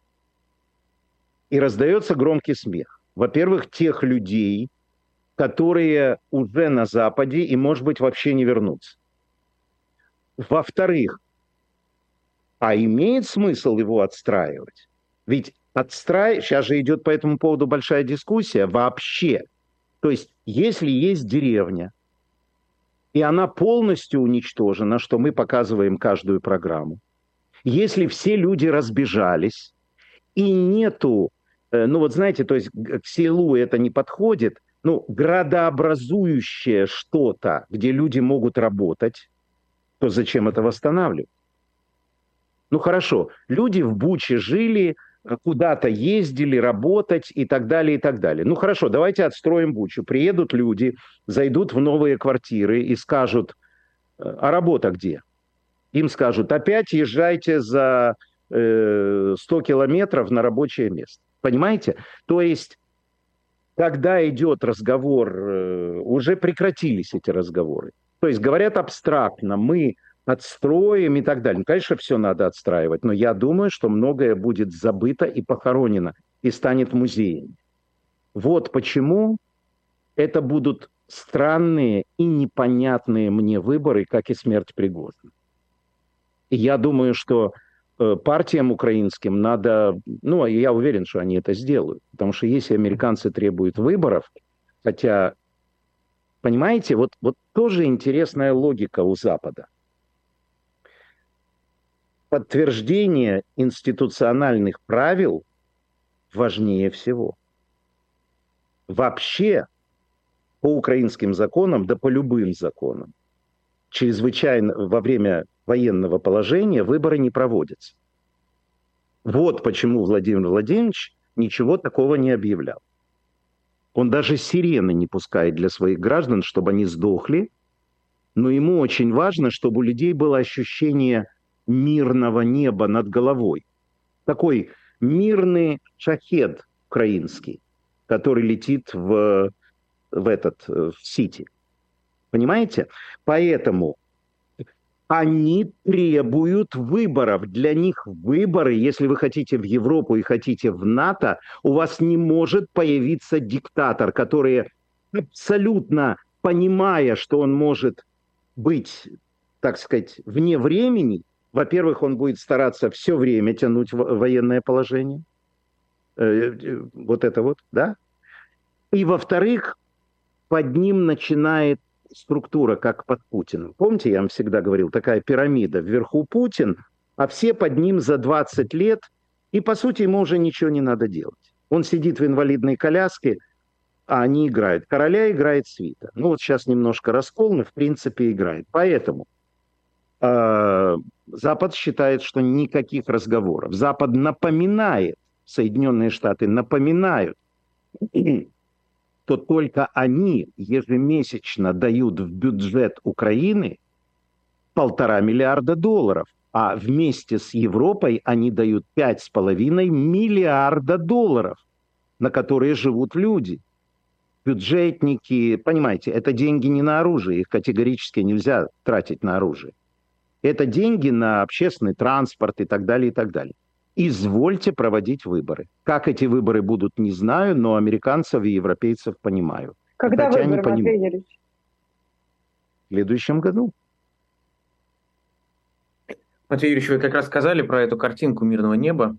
И раздается громкий смех. Во-первых, тех людей, которые уже на Западе и, может быть, вообще не вернутся. Во-вторых, а имеет смысл его отстраивать? Ведь отстраивать... Сейчас же идет по этому поводу большая дискуссия вообще. То есть, если есть деревня, и она полностью уничтожена, что мы показываем каждую программу. Если все люди разбежались, и нету, ну вот знаете, то есть к селу это не подходит, ну, градообразующее что-то, где люди могут работать, то зачем это восстанавливать? Ну хорошо, люди в Буче жили, куда-то ездили работать и так далее, и так далее. Ну хорошо, давайте отстроим Бучу. Приедут люди, зайдут в новые квартиры и скажут, а работа где? Им скажут, опять езжайте за э, сто километров на рабочее место. Понимаете? То есть, когда идет разговор, э, уже прекратились эти разговоры. То есть, говорят абстрактно, мы отстроим и так далее. Ну, конечно, все надо отстраивать, но я думаю, что многое будет забыто и похоронено, и станет музеем. Вот почему это будут странные и непонятные мне выборы, как и смерть Пригожина. И я думаю, что э, партиям украинским надо, ну, я уверен, что они это сделают, потому что если американцы требуют выборов, хотя, понимаете, вот, вот тоже интересная логика у Запада. Подтверждение институциональных правил важнее всего. Вообще, по украинским законам, да по любым законам, чрезвычайно во время военного положения выборы не проводятся. Вот почему Владимир Владимирович ничего такого не объявлял. Он даже сирены не пускает для своих граждан, чтобы они сдохли, но ему очень важно, чтобы у людей было ощущение мирного неба над головой. Такой мирный шахед украинский, который летит в, в этот, в Сити. Понимаете? Поэтому они требуют выборов. Для них выборы, если вы хотите в Европу и хотите в НАТО, у вас не может появиться диктатор, который, абсолютно понимая, что он может быть, так сказать, вне времени, во-первых, он будет стараться все время тянуть военное положение. Вот это вот, да? И, во-вторых, под ним начинает структура, как под Путиным. Помните, я вам всегда говорил, такая пирамида. Вверху Путин, а все под ним за двадцать лет, и, по сути, ему уже ничего не надо делать. Он сидит в инвалидной коляске, а они играют. Короля играет свита. Ну, вот сейчас немножко раскол, но, в принципе, играет. Поэтому э, Запад считает, что никаких разговоров. Запад напоминает, Соединенные Штаты напоминают, то только они ежемесячно дают в бюджет Украины полтора миллиарда долларов, а вместе с Европой они дают пять с половиной миллиарда долларов, на которые живут люди. Бюджетники, понимаете, это деньги не на оружие, их категорически нельзя тратить на оружие. Это деньги на общественный транспорт и так далее, и так далее. Извольте проводить выборы. Как эти выборы будут, не знаю, но американцев и европейцев понимаю. Когда Хотя выборы, поним... Матвей Юрьевич? В следующем году. Матвей Юрьевич, вы как раз сказали про эту картинку мирного неба.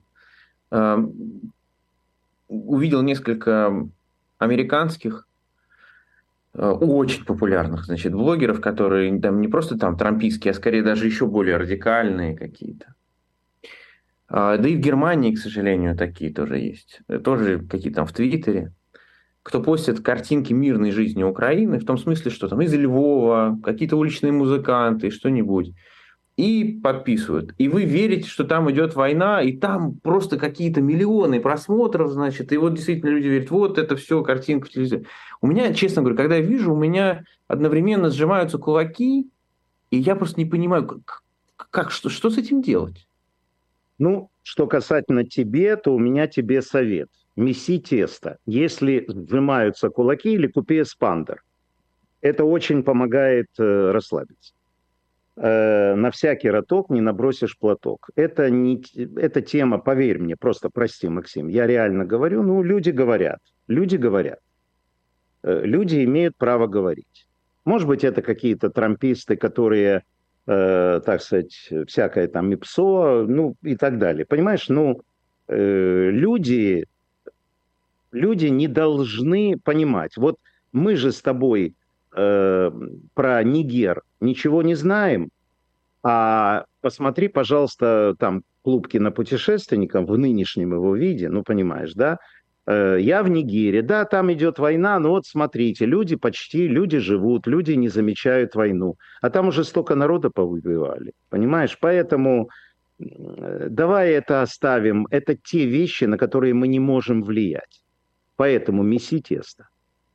Увидел несколько американских, очень популярных, значит, блогеров, которые там не просто там трампистские, а скорее даже еще более радикальные какие-то. Да и в Германии, к сожалению, такие тоже есть. Тоже какие-то там в Твиттере. Кто постит картинки мирной жизни Украины, в том смысле, что там из Львова, какие-то уличные музыканты, что-нибудь. И подписывают. И вы верите, что там идет война, и там просто какие-то миллионы просмотров, значит, и вот действительно люди верят, вот это все картинка в телевизоре. У меня, честно говоря, когда я вижу, у меня одновременно сжимаются кулаки, и я просто не понимаю, как, как что, что с этим делать? Ну, что касательно тебе, то у меня тебе совет. Меси тесто. Если сжимаются кулаки, или купи эспандер. Это очень помогает э, расслабиться. Э, на всякий роток не набросишь платок. Это, не, это тема, поверь мне, просто прости, Максим, я реально говорю, ну, люди говорят. Люди говорят. Э, люди имеют право говорить. Может быть, это какие-то трамписты, которые... Э, так сказать, всякое там ИПСО, ну и так далее. Понимаешь, ну, э, люди, люди не должны понимать. Вот мы же с тобой э, про Нигер ничего не знаем, а посмотри, пожалуйста, там клуб кинопутешественников в нынешнем его виде, ну, понимаешь, да? Я в Нигере, да, там идет война, но вот смотрите, люди почти, люди живут, люди не замечают войну. А там уже столько народа повыбивали, понимаешь? Поэтому давай это оставим. Это те вещи, на которые мы не можем влиять. Поэтому меси тесто.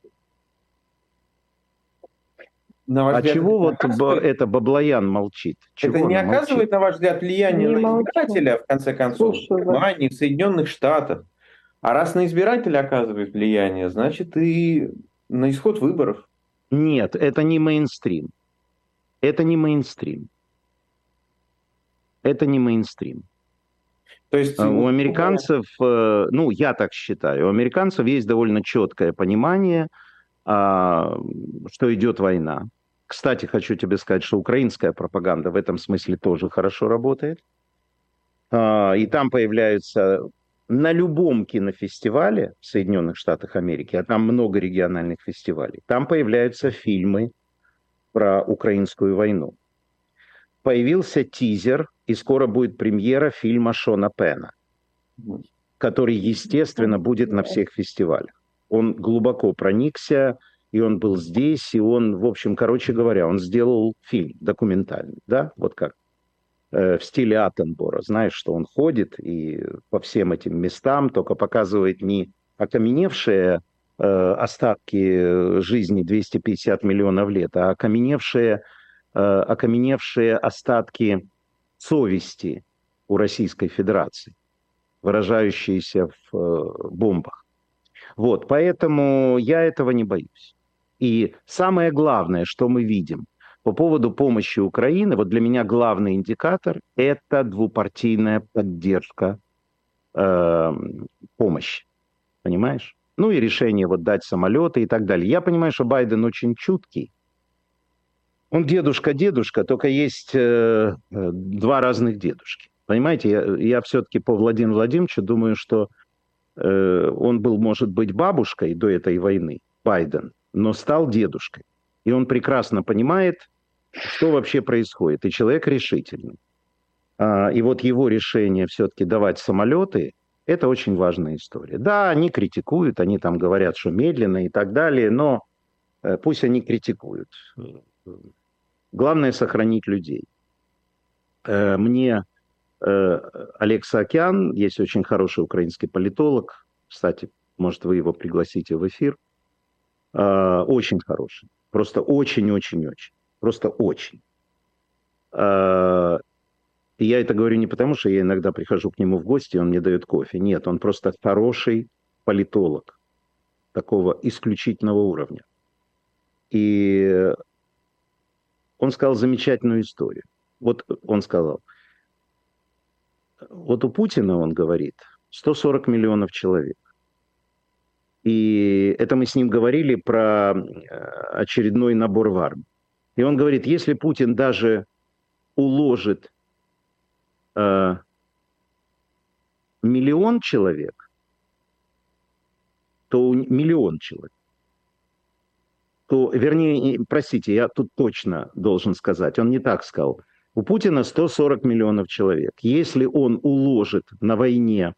А взгляд, чего вот оказывает... это Баблоян молчит? Чего это не оказывает, молчит? На ваш взгляд, влияние не на молчу. Избирателя, в конце концов, Слушаю, в Германии, в Соединенных Штатах? А раз на избирателя оказывает влияние, значит и на исход выборов. Нет, это не мейнстрим. Это не мейнстрим. Это не мейнстрим. То есть у американцев, ну, я так считаю, у американцев есть довольно четкое понимание, что идет война. Кстати, хочу тебе сказать, что украинская пропаганда в этом смысле тоже хорошо работает. И там появляются... На любом кинофестивале в Соединенных Штатах Америки, а там много региональных фестивалей, там появляются фильмы про украинскую войну. Появился тизер, и скоро будет премьера фильма Шона Пена, который, естественно, будет на всех фестивалях. Он глубоко проникся, и он был здесь, и он, в общем, короче говоря, он сделал фильм документальный, да, вот как. э, в стиле Аттенбора. Знаешь, что он ходит и по всем этим местам только показывает не окаменевшие э, остатки жизни двести пятьдесят миллионов лет, а окаменевшие, э, окаменевшие остатки совести у Российской Федерации, выражающиеся в э, бомбах. Вот, поэтому я этого не боюсь. И самое главное, что мы видим по поводу помощи Украины, вот для меня главный индикатор – это двупартийная поддержка э, помощи. Понимаешь? Ну и решение вот дать самолеты и так далее. Я понимаю, что Байден очень чуткий. Он дедушка-дедушка, только есть э, два разных дедушки. Понимаете, я, я все-таки по Владимиру Владимировичу думаю, что э, он был, может быть, бабушкой до этой войны, Байден, но стал дедушкой. И он прекрасно понимает, что вообще происходит. И человек решительный. А, и вот его решение все-таки давать самолеты – это очень важная история. Да, они критикуют, они там говорят, что медленно и так далее, но э, пусть они критикуют. Главное – сохранить людей. Э, мне э, Олег Саакян, есть очень хороший украинский политолог, кстати, может, вы его пригласите в эфир, э, очень хороший. Просто очень-очень-очень. Просто очень. Э, и я это говорю не потому, что я иногда прихожу к нему в гости, и он мне дает кофе. Нет, он просто хороший политолог такого исключительного уровня. И он сказал замечательную историю. Вот он сказал, вот у Путина, он говорит, сто сорок миллионов человек. И это мы с ним говорили про очередной набор в армию. И он говорит, если Путин даже уложит э, миллион человек, то миллион человек, то, вернее, простите, я тут точно должен сказать, он не так сказал. У Путина сто сорок миллионов человек. Если он уложит на войне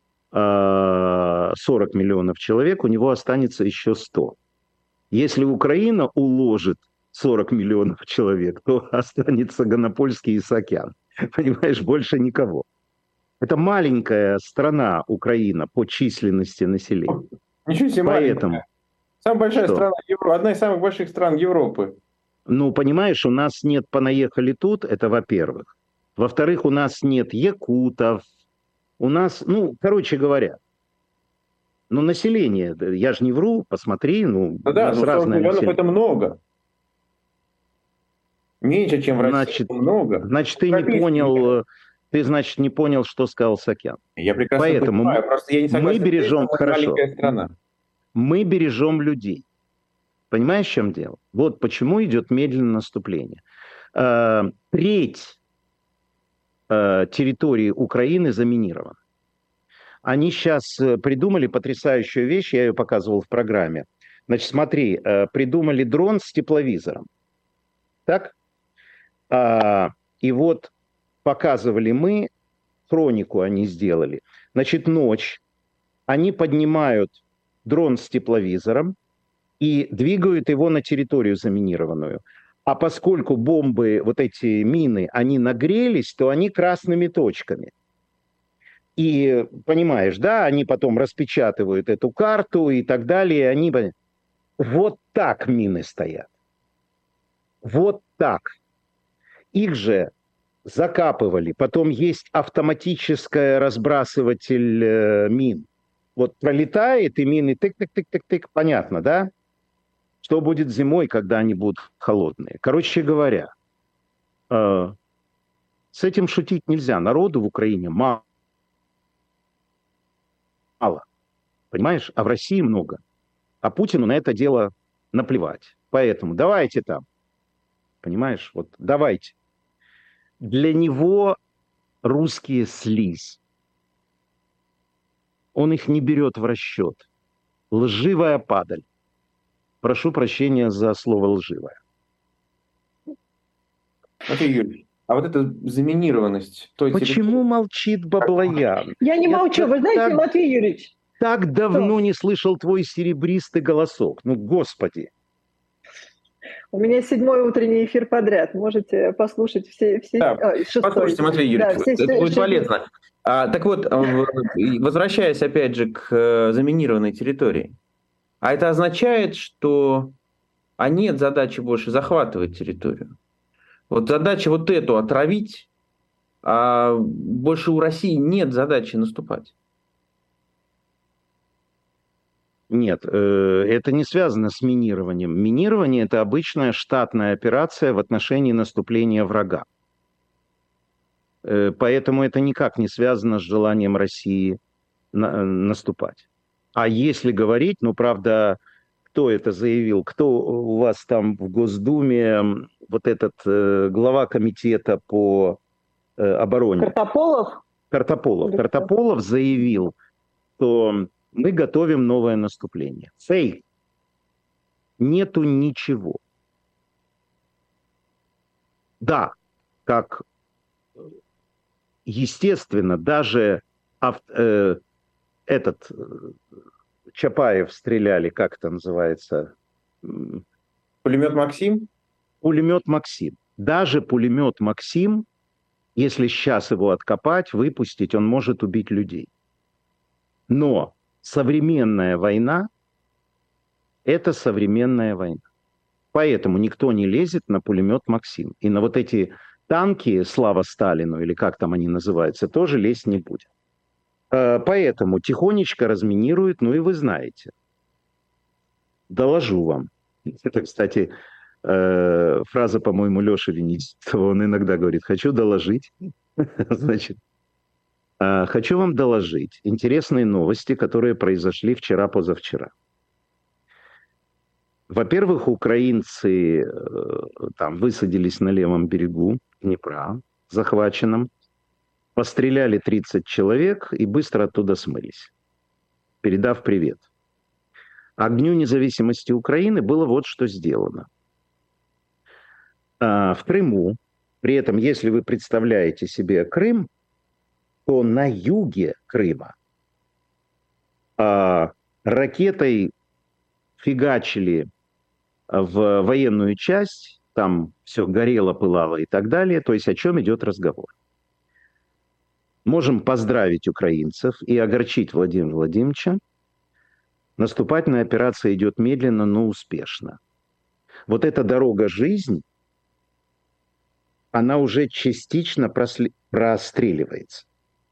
э, сорок миллионов человек, у него останется еще сто. Если Украина уложит сорок миллионов человек, то останется Гонопольский и Саакян. Понимаешь, больше никого. Это маленькая страна Украина по численности населения. Ничего себе, Поэтому... маленькая. Самая большая Что? страна Европы, одна из самых больших стран Европы. Ну, понимаешь, у нас нет «понаехали тут», это во-первых. Во-вторых, у нас нет якутов. У нас, ну, короче говоря, ну, население, я же не вру, посмотри, ну, Да, у да, нас ну, сорок разное миллионов население. это много. Меньше, чем в России, Значит, много. значит, ты не понял, ты, значит, не понял, что сказал Саакян. Я прекрасно Поэтому понимаю, просто я не согласен, мы бережем, что это хорошо, маленькая страна. мы бережем людей. Понимаешь, в чем дело? Вот почему идет медленное наступление. Э, треть э, территории Украины заминирована. Они сейчас придумали потрясающую вещь, я ее показывал в программе. Значит, смотри, э, придумали дрон с тепловизором. Так? А, и вот показывали мы, хронику они сделали. Значит, ночь, они поднимают дрон с тепловизором и двигают его на территорию заминированную. А поскольку бомбы, вот эти мины, они нагрелись, то они красными точками. И, понимаешь, да, они потом распечатывают эту карту и так далее. Они... Вот так мины стоят. Вот так. Их же закапывали. Потом есть автоматический разбрасыватель э, мин. Вот пролетает, и мины тык-тык-тык-тык-тык. Понятно, да? Что будет зимой, когда они будут холодные? Короче говоря, э, с этим шутить нельзя. Народу в Украине мало. Мало. Понимаешь? А в России много. А Путину на это дело наплевать. Поэтому давайте там. Понимаешь? Вот давайте. Для него русские слизь. Он их не берет в расчет. Лживая падаль. Прошу прощения за слово лживая. Смотри, Юрий, а вот эта заминированность той Почему территории... молчит Баблоян? Я не Я молчу, вы знаете, так, Матвей Юрьевич. Так давно что? не слышал твой серебристый голосок. Ну, господи. У меня седьмой утренний эфир подряд. Можете послушать все, все Да, а, шестой. послушайте, Матвей Юрьевич, Да, все, это будет шесть- полезно. А, так вот, в- возвращаясь опять же к э, заминированной территории, а это означает, что а нет задачи больше захватывать территорию. Вот задача вот эту отравить, а больше у России нет задачи наступать. Нет, э, это не связано с минированием. Минирование – это обычная штатная операция в отношении наступления врага. Э, Поэтому это никак не связано с желанием России на- наступать. А если говорить, ну, правда, кто это заявил, кто у вас там в Госдуме, м, вот этот э, глава комитета по э, обороне, Картополов? Картополов. Или кто? Картополов заявил, что мы готовим новое наступление. Фейк. Нету ничего. Да, как естественно, даже ав- э, этот э, Чапаев стреляли, как это называется, м, Пулемет «Максим»? пулемет «Максим». Даже пулемет «Максим», если сейчас его откопать, выпустить, он может убить людей. Но современная война – это современная война. Поэтому никто не лезет на пулемет «Максим». И на вот эти танки «Слава Сталину», или как там они называются, тоже лезть не будет. Э, Поэтому тихонечко разминируют, ну и вы знаете. Доложу вам. Это, кстати, э, фраза, по-моему, Леши Венедиктова, он иногда говорит: хочу доложить. Значит, э, хочу вам доложить интересные новости, которые произошли вчера-позавчера. Во-первых, украинцы э, там высадились на левом берегу Днепра, захваченном, постреляли тридцать человек и быстро оттуда смылись, передав привет. Огню независимости Украины было вот что сделано. А, в Крыму, при этом, если вы представляете себе Крым, то на юге Крыма а, ракетой фигачили в военную часть, там все горело, пылало и так далее. То есть о чем идет разговор? Можем поздравить украинцев и огорчить Владимира Владимировича. Наступательная операция идет медленно, но успешно. Вот эта дорога жизнь, она уже частично просли- простреливается.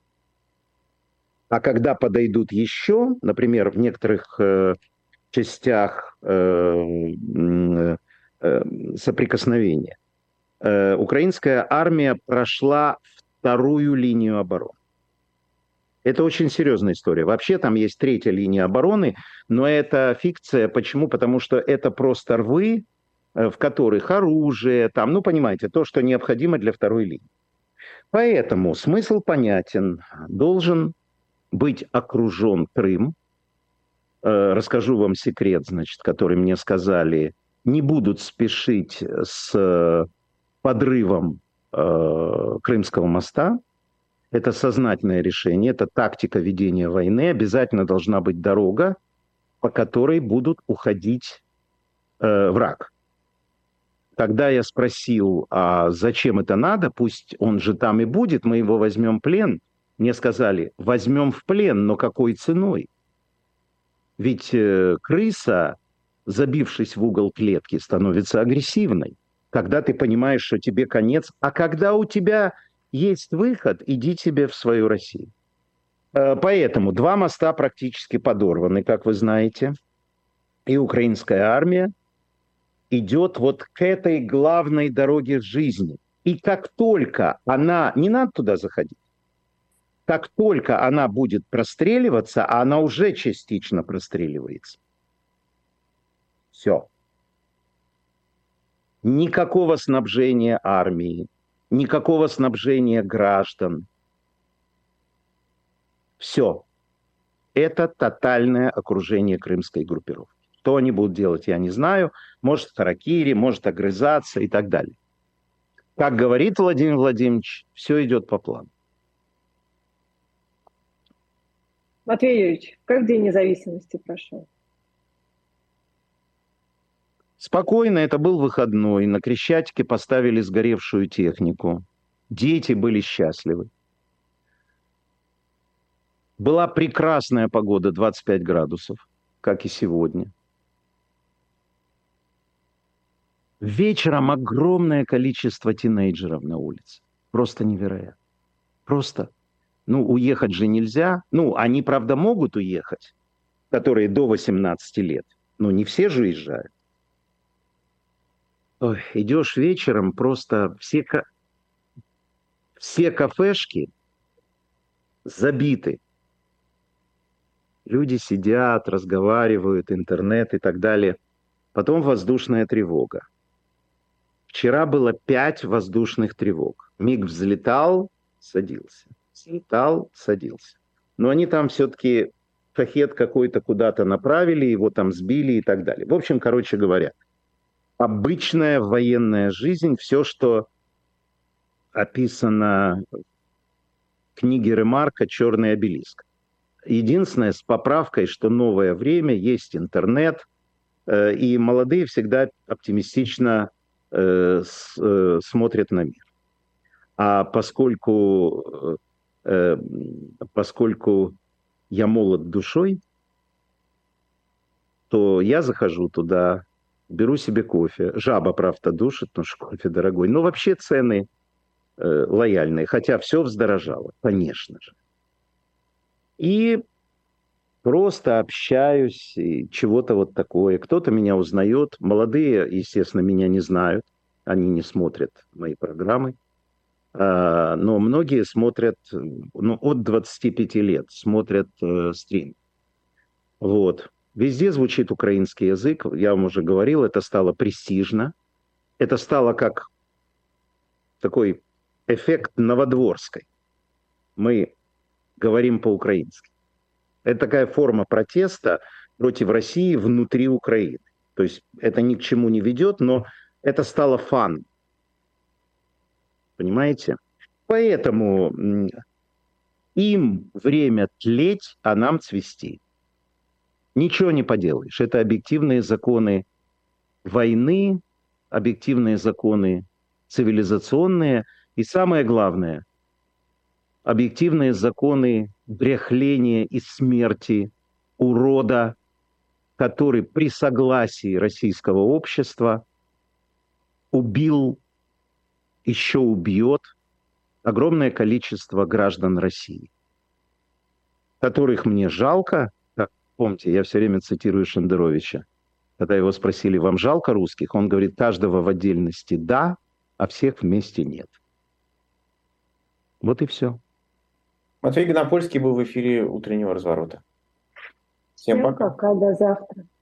А когда подойдут еще, например, в некоторых э, частях э, м, э, соприкосновения, э, украинская армия прошла вторую линию обороны. Это очень серьезная история. Вообще там есть третья линия обороны, но это фикция. Почему? Потому что это просто рвы, э, в которых оружие, там, ну, понимаете, то, что необходимо для второй линии. Поэтому смысл понятен. Должен быть окружен Крым. Э, Расскажу вам секрет, значит, который мне сказали. Не будут спешить с подрывом э, Крымского моста. Это сознательное решение, это тактика ведения войны. Обязательно должна быть дорога, по которой будут уходить э, враг. Когда я спросил, а зачем это надо, пусть он же там и будет, мы его возьмем в плен, мне сказали: возьмем в плен, но какой ценой? Ведь э, крыса, забившись в угол клетки, становится агрессивной. Когда ты понимаешь, что тебе конец, а когда у тебя есть выход, иди себе в свою Россию. Э, Поэтому два моста практически подорваны, как вы знаете, и украинская армия идет вот к этой главной дороге жизни. И как только она, не надо туда заходить, как только она будет простреливаться, а она уже частично простреливается, все. Никакого снабжения армии, никакого снабжения граждан. Все. Это тотальное окружение крымской группировки. Что они будут делать, я не знаю. Может, харакири, может огрызаться и так далее. Как говорит Владимир Владимирович, все идет по плану. Матвей Юрьевич, как День независимости прошел? Спокойно, это был выходной, на Крещатике поставили сгоревшую технику. Дети были счастливы. Была прекрасная погода, двадцать пять градусов, как и сегодня. Вечером огромное количество тинейджеров на улице. Просто невероятно. Просто, ну, уехать же нельзя. Ну, они, правда, могут уехать, которые до восемнадцати лет. Но не все же уезжают. Ой, идешь вечером, просто все, все кафешки забиты. Люди сидят, разговаривают, интернет и так далее. Потом воздушная тревога. Вчера было пять воздушных тревог. МиГ взлетал, садился. Взлетал, садился. Но они там все-таки шахед какой-то куда-то направили, его там сбили и так далее. В общем, короче говоря, обычная военная жизнь, все, что описано в книге Ремарка «Черный обелиск». Единственное, с поправкой, что новое время, есть интернет, э, и молодые всегда оптимистично э, с, э, смотрят на мир. А поскольку, э, поскольку я молод душой, то я захожу туда, беру себе кофе. Жаба, правда, душит, потому что кофе дорогой. Но вообще цены э, лояльные, хотя все вздорожало, конечно же. И просто общаюсь, и чего-то вот такое. Кто-то меня узнает. Молодые, естественно, меня не знают. Они не смотрят мои программы. А, но многие смотрят, ну, от двадцати пяти лет смотрят э, стрим. Вот. Везде звучит украинский язык. Я вам уже говорил, это стало престижно. Это стало как такой эффект Новодворской. Мы говорим по-украински. Это такая форма протеста против России внутри Украины. То есть это ни к чему не ведет, но это стало фан. Понимаете? Поэтому им время тлеть, а нам цвести. Ничего не поделаешь. Это объективные законы войны, объективные законы цивилизационные. И самое главное, объективные законы дряхления и смерти урода, который при согласии российского общества убил, еще убьет огромное количество граждан России, которых мне жалко. Как, помните, я все время цитирую Шендеровича. Когда его спросили, вам жалко русских? Он говорит, каждого в отдельности да, а всех вместе нет. Вот и все. Матвей Гонопольский был в эфире «Утреннего разворота». Всем Всем пока. пока, до завтра.